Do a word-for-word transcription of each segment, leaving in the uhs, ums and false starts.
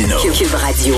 Martineau. Cube Radio.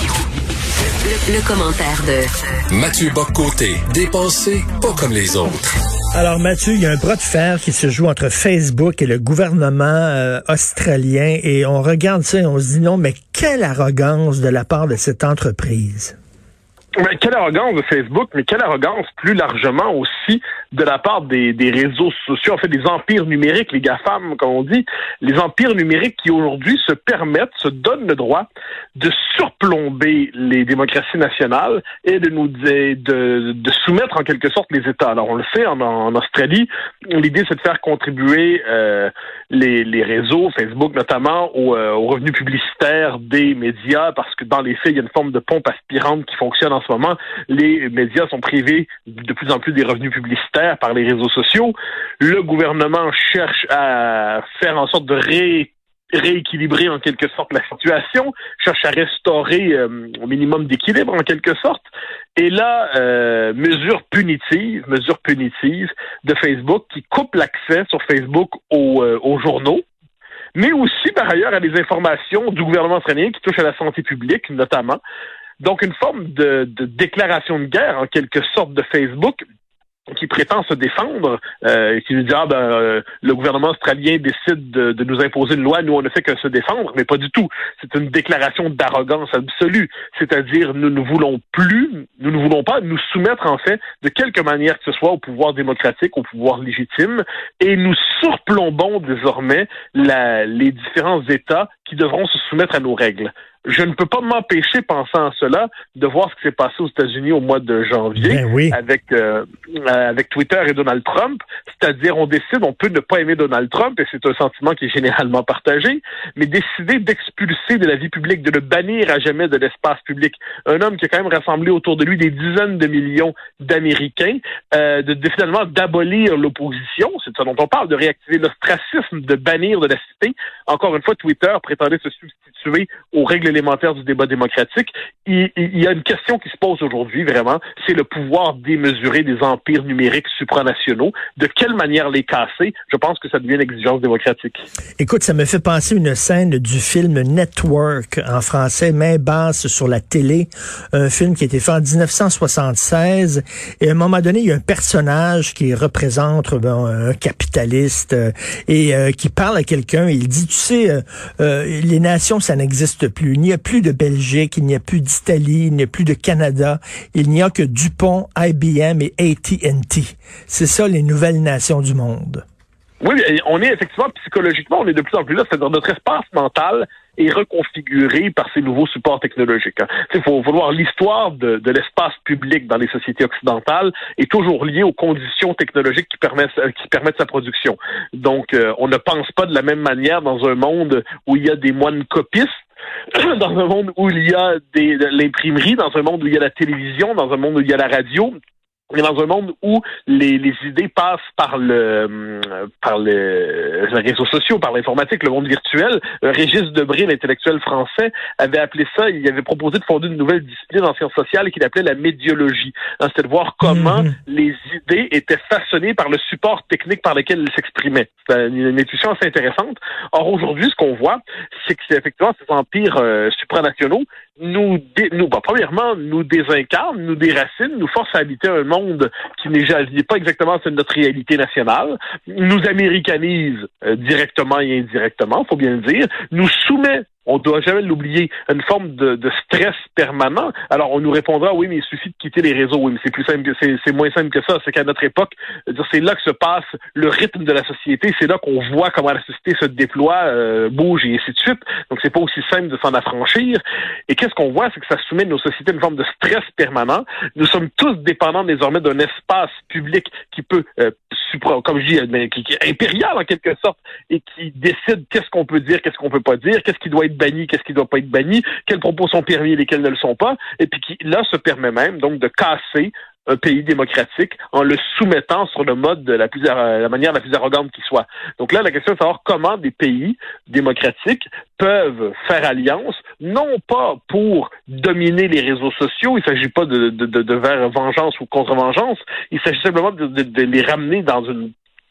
Le, le commentaire de Mathieu Bock-Côté, dépensé pas comme les autres. Alors Mathieu, il y a un bras de fer qui se joue entre Facebook et le gouvernement euh, australien et on regarde ça et on se dit non, mais quelle arrogance de la part de cette entreprise. Mais quelle arrogance de Facebook, mais quelle arrogance plus largement aussi de la part des, des réseaux sociaux, en fait des empires numériques, les GAFAM, comme on dit, les empires numériques qui aujourd'hui se permettent, se donnent le droit de surplomber les démocraties nationales et de nous de, de, de soumettre en quelque sorte les États. Alors on le sait en, en Australie, l'idée c'est de faire contribuer euh, les, les réseaux, Facebook notamment, aux, euh, aux revenus publicitaires des médias, parce que dans les faits, il y a une forme de pompe aspirante qui fonctionne en ce moment. Les médias sont privés de plus en plus des revenus publicitaires par les réseaux sociaux. Le gouvernement cherche à faire en sorte de ré rééquilibrer en quelque sorte la situation, cherche à restaurer euh, au minimum d'équilibre en quelque sorte. Et là, euh, mesure punitive, mesure punitive de Facebook qui coupe l'accès sur Facebook aux, euh, aux journaux, mais aussi par ailleurs à des informations du gouvernement australien qui touchent à la santé publique notamment. Donc une forme de, de déclaration de guerre en quelque sorte de Facebook qui prétend se défendre, euh, qui nous dit ah ben euh, le gouvernement australien décide de, de nous imposer une loi, nous on ne fait que se défendre, mais pas du tout. C'est une déclaration d'arrogance absolue, c'est-à-dire nous ne voulons plus, nous ne voulons pas nous soumettre en fait de quelque manière que ce soit au pouvoir démocratique, au pouvoir légitime, et nous surplombons désormais la, les différents États qui devront se soumettre à nos règles. Je ne peux pas m'empêcher, pensant à cela, de voir ce qui s'est passé aux États-Unis au mois de janvier ben oui. avec euh, avec Twitter et Donald Trump. C'est-à-dire, on décide, on peut ne pas aimer Donald Trump, et c'est un sentiment qui est généralement partagé, mais décider d'expulser de la vie publique, de le bannir à jamais de l'espace public. Un homme qui a quand même rassemblé autour de lui des dizaines de millions d'Américains, euh, de, de finalement d'abolir l'opposition, c'est de ça dont on parle, de réactiver l'ostracisme, de bannir de la cité. Encore une fois, Twitter prétendait se substituer aux règles élémentaires du débat démocratique. Il, il y a une question qui se pose aujourd'hui, vraiment, c'est le pouvoir démesuré des empires numériques supranationaux. De quelle manière les casser? Je pense que ça devient une exigence démocratique. Écoute, ça me fait penser une scène du film Network, en français, Main basse sur la télé, un film qui a été fait en dix-neuf cent soixante-seize, et à un moment donné, il y a un personnage qui représente bon, un capitaliste euh, et euh, qui parle à quelqu'un, et il dit, tu sais, euh, euh, les nations, ça n'existe plus. Il n'y a plus de Belgique, il n'y a plus d'Italie, il n'y a plus de Canada. Il n'y a que DuPont, I B M et A T and T. C'est ça, les nouvelles nations du monde. Oui, on est effectivement, psychologiquement, on est de plus en plus là. C'est-à-dire notre espace mental est reconfiguré par ces nouveaux supports technologiques. Il faut, faut voir l'histoire de, de l'espace public dans les sociétés occidentales est toujours liée aux conditions technologiques qui permettent, qui permettent sa production. Donc, euh, on ne pense pas de la même manière dans un monde où il y a des moines copistes, dans un monde où il y a des, de l'imprimerie, dans un monde où il y a la télévision, dans un monde où il y a la radio, et dans un monde où les, les idées passent par le par le, les réseaux sociaux, par l'informatique, le monde virtuel. Régis Debray, l'intellectuel français, avait appelé ça, il avait proposé de fonder une nouvelle discipline en sciences sociales qu'il appelait la médiologie. Hein, c'était de voir comment mmh. les idées étaient façonnées par le support technique par lequel elles s'exprimaient. C'est une, une intuition assez intéressante. Or, aujourd'hui, ce qu'on voit, c'est que c'est effectivement ces empires euh, supranationaux nous, dé, nous bah, premièrement, nous désincarnent, nous déracinent, nous forcent à habiter un monde qui n'est pas exactement notre réalité nationale, nous américanisent euh, directement et indirectement, faut bien le dire, nous soumet, on ne doit jamais l'oublier, une forme de, de stress permanent. Alors, on nous répondra, oui, mais il suffit de quitter les réseaux. Oui, mais c'est plus simple que c'est, c'est moins simple que ça. C'est qu'à notre époque, c'est là que se passe le rythme de la société. C'est là qu'on voit comment la société se déploie, euh, bouge et ainsi de suite. Donc, c'est pas aussi simple de s'en affranchir. Et qu'est-ce qu'on voit? C'est que ça soumet nos sociétés à une forme de stress permanent. Nous sommes tous dépendants désormais d'un espace public qui peut, euh, supra, comme je dis, mais, qui, qui est impérial en quelque sorte et qui décide qu'est-ce qu'on peut dire, qu'est-ce qu'on peut pas dire, qu'est-ce qui doit être banni, qu'est-ce qui ne doit pas être banni, quels propos sont permis et lesquels ne le sont pas, et puis qui, là, se permet même donc de casser un pays démocratique en le soumettant sur le mode de la plus la manière la plus arrogante qui soit. Donc là, la question est de savoir comment des pays démocratiques peuvent faire alliance, non pas pour dominer les réseaux sociaux, il ne s'agit pas de, de, de, de vers vengeance ou contre-vengeance, il s'agit simplement de, de, de les ramener dans une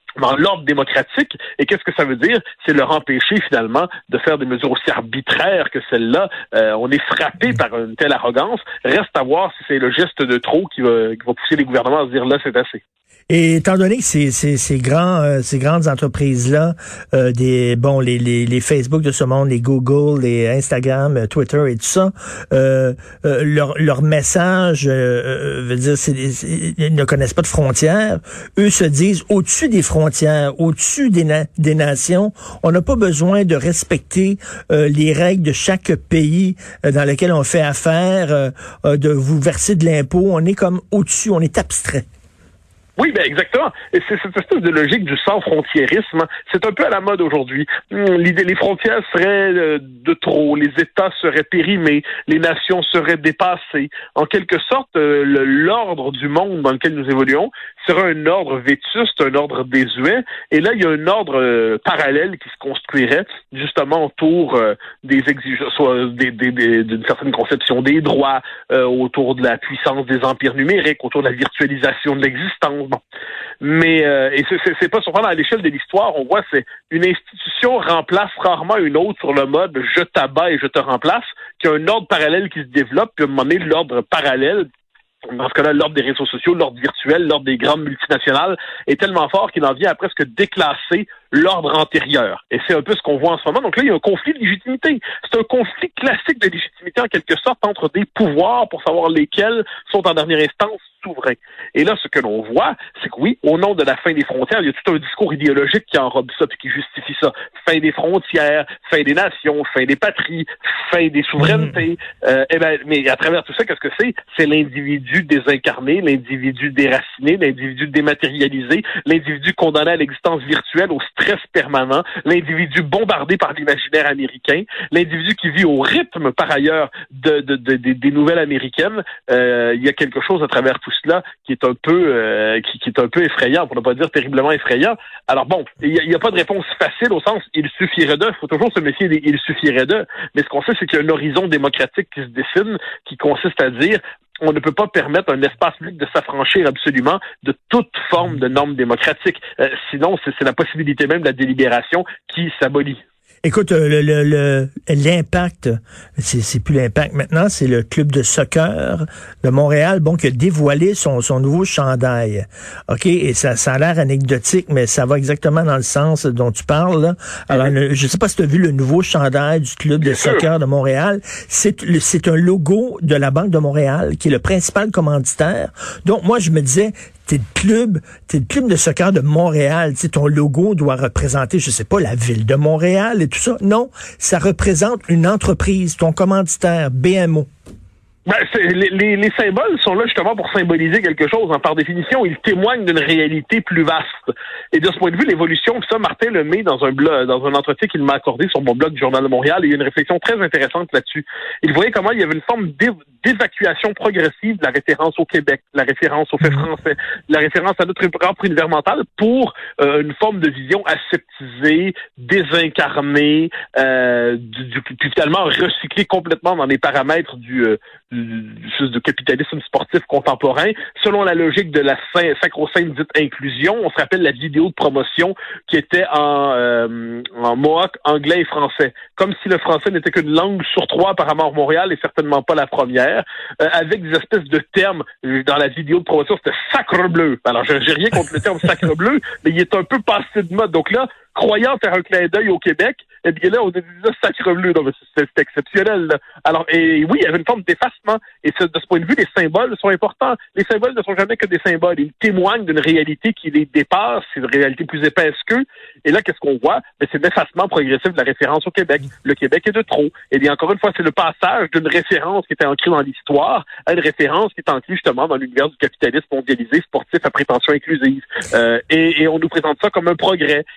dans l'ordre démocratique. Et qu'est-ce que ça veut dire? C'est leur empêcher finalement de faire des mesures aussi arbitraires que celles-là. Euh, on est frappé par une telle arrogance. Reste à voir si c'est le geste de trop qui va, qui va pousser les gouvernements à se dire là, c'est assez. Et étant donné que ces, ces, ces grands, euh, ces grandes entreprises-là, euh, des bon, les, les, les Facebook de ce monde, les Google, les Instagram, euh, Twitter et tout ça, euh, euh, leur, leur message, euh, veut dire, c'est, c'est, ils ne connaissent pas de frontières. Eux se disent au-dessus des frontières, au-dessus des, na- des nations. On n'a pas besoin de respecter euh, les règles de chaque pays euh, dans lequel on fait affaire, euh, euh, de vous verser de l'impôt. On est comme au-dessus, on est abstrait. Oui, ben exactement. Et c'est cette espèce de logique du sans-frontiérisme. C'est un peu à la mode aujourd'hui. L'idée, les frontières seraient de trop, les États seraient périmés, les nations seraient dépassées. En quelque sorte, le, l'ordre du monde dans lequel nous évoluons serait un ordre vétuste, un ordre désuet. Et là, il y a un ordre euh, parallèle qui se construirait justement autour euh, des exigences, soit des, des, des, d'une certaine conception des droits, euh, autour de la puissance des empires numériques, autour de la virtualisation de l'existence. Bon. Mais euh, et c'est, c'est, c'est pas surprenant à l'échelle de l'histoire, on voit c'est une institution remplace rarement une autre sur le mode je t'abats et je te remplace, qu'il y a un ordre parallèle qui se développe, puis à un moment donné, l'ordre parallèle, dans ce cas-là, l'ordre des réseaux sociaux, l'ordre virtuel, l'ordre des grandes multinationales est tellement fort qu'il en vient à presque déclasser l'ordre antérieur. Et c'est un peu ce qu'on voit en ce moment. Donc là, il y a un conflit de légitimité. C'est un conflit classique de légitimité, en quelque sorte, entre des pouvoirs pour savoir lesquels sont en dernière instance souverains. Et là, ce que l'on voit, c'est que oui, au nom de la fin des frontières, il y a tout un discours idéologique qui enrobe ça et qui justifie ça. Fin des frontières, fin des nations, fin des patries, fin des souverainetés. Mmh. Euh, eh ben, mais à travers tout ça, qu'est-ce que c'est? C'est l'individu désincarné, l'individu déraciné, l'individu dématérialisé, l'individu condamné à l'existence virtuelle, au stress permanent, l'individu bombardé par l'imaginaire américain, l'individu qui vit au rythme, par ailleurs, de, de, de, de des nouvelles américaines. Euh, il y a quelque chose à travers tout cela qui est un peu euh, qui, qui est un peu effrayant, pour ne pas dire terriblement effrayant. Alors bon, il n'y a, a pas de réponse facile au sens il suffirait d'eux. Il faut toujours se méfier des il suffirait d'eux. Mais ce qu'on sait, c'est qu'il y a un horizon démocratique qui se dessine, qui consiste à dire on ne peut pas permettre à un espace public de s'affranchir absolument de toute forme de normes démocratiques. Euh, sinon, c'est, c'est la possibilité même de la délibération qui s'abolit. Écoute, le, le, le, l'impact, c'est, c'est plus l'impact maintenant, c'est le club de soccer de Montréal, bon, qui a dévoilé son, son nouveau chandail. OK, et ça, ça a l'air anecdotique, mais ça va exactement dans le sens dont tu parles, là. Alors, mm-hmm. je sais pas si tu as vu le nouveau chandail du club de soccer de Montréal. C'est, c'est un logo de la Banque de Montréal, qui est le principal commanditaire. Donc, moi, je me disais, t'es le club, t'es le club de soccer de Montréal. Tu sais, ton logo doit représenter, je sais pas, la ville de Montréal et tout ça. Non, ça représente une entreprise, ton commanditaire, B M O. Ben, c'est, les, les, les symboles sont là justement pour symboliser quelque chose. Hein. Par définition, ils témoignent d'une réalité plus vaste. Et de ce point de vue, l'évolution, ça, Martin Lemay, dans un blog, dans un entretien qu'il m'a accordé sur mon blog du Journal de Montréal, il y a une réflexion très intéressante là-dessus. Il voyait comment il y avait une forme d'év- d'évacuation progressive de la référence au Québec, la référence au fait français, la référence à notre propre univers mental pour euh, une forme de vision aseptisée, désincarnée, euh, du, du, puis finalement recyclée complètement dans les paramètres du, euh, du, du, du capitalisme sportif contemporain, selon la logique de la sacro-sainte dite inclusion. On se rappelle la vidéo de promotion qui était en, euh, en mohawk, anglais et français. Comme si le français n'était qu'une langue sur trois apparemment à Montréal et certainement pas la première, euh, avec des espèces de termes dans la vidéo de promotion, c'était sacre bleu. Alors, j'ai, j'ai rien contre le terme sacre bleu, mais il est un peu passé de mode. Donc là, croyant faire un clin d'œil au Québec, eh bien là, on a dit ça, sacre bleu. Non, mais c'est, c'est exceptionnel, là. Alors, et oui, il y avait une forme d'effacement. Et ce, de ce point de vue, les symboles sont importants. Les symboles ne sont jamais que des symboles. Ils témoignent d'une réalité qui les dépasse. C'est une réalité plus épaisse qu'eux. Et là, qu'est-ce qu'on voit? Ben, c'est l'effacement progressif de la référence au Québec. Le Québec est de trop. Et bien, encore une fois, c'est le passage d'une référence qui était ancrée dans l'histoire à une référence qui est ancrée justement dans l'univers du capitalisme mondialisé, sportif à prétention inclusive. Euh, et, et on nous présente ça comme un progrès. Et vu que les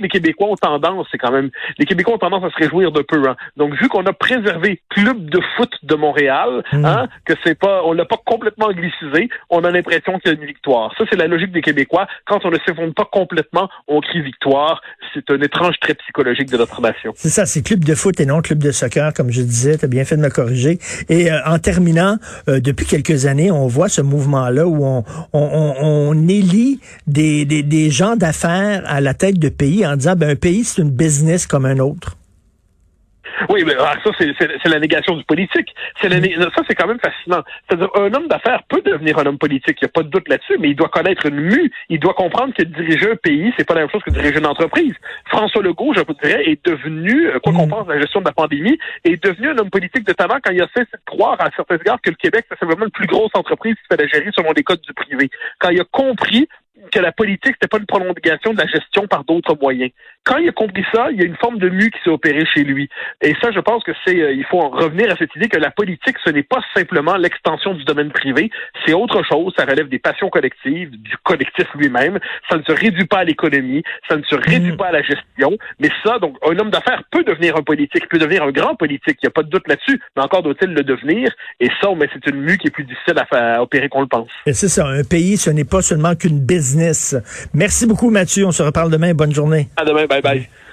les Québécois ont tendance, c'est quand même, les Québécois ont tendance à se réjouir de peu, hein. Donc, vu qu'on a préservé Club de foot de Montréal, mmh. hein, que c'est pas, on l'a pas complètement anglicisé, on a l'impression qu'il y a une victoire. Ça, c'est la logique des Québécois. Quand on ne s'effondre pas complètement, on crie victoire. C'est un étrange trait psychologique de notre nation. C'est ça, c'est club de foot et non club de soccer, comme je disais. T'as bien fait de me corriger. Et euh, en terminant, euh, depuis quelques années, on voit ce mouvement-là où on, on, on, on élit des, des, des gens d'affaires à la tête de pays en disant, ben, un pays, c'est une business comme un autre. Oui, mais ah, ça, c'est, c'est, c'est la négation du politique. C'est la, ça, c'est quand même fascinant. C'est-à-dire, un homme d'affaires peut devenir un homme politique, il n'y a pas de doute là-dessus, mais il doit connaître une mue. Il doit comprendre que diriger un pays, c'est pas la même chose que diriger une entreprise. François Legault, je vous dirais, est devenu, quoi qu'on pense de la gestion de la pandémie, est devenu un homme politique de talent quand il a cessé de croire à certains égards que le Québec, c'est simplement une plus grosse entreprise qui fallait gérer selon les codes du privé. Quand il a compris que la politique, c'était pas une prolongation de la gestion par d'autres moyens. Quand il a compris ça, il y a une forme de mue qui s'est opérée chez lui. Et ça, je pense que c'est, euh, il faut en revenir à cette idée que la politique, ce n'est pas simplement l'extension du domaine privé, c'est autre chose, ça relève des passions collectives, du collectif lui-même, ça ne se réduit pas à l'économie, ça ne se réduit mmh. pas à la gestion, mais ça, donc, un homme d'affaires peut devenir un politique, peut devenir un grand politique, il n'y a pas de doute là-dessus, mais encore doit-il le devenir, et ça, mais c'est une mue qui est plus difficile à, à opérer qu'on le pense. Et c'est ça, un pays, ce n'est pas seulement qu'une business. Merci beaucoup, Mathieu. On se reparle demain. Bonne journée. À demain. Bye bye.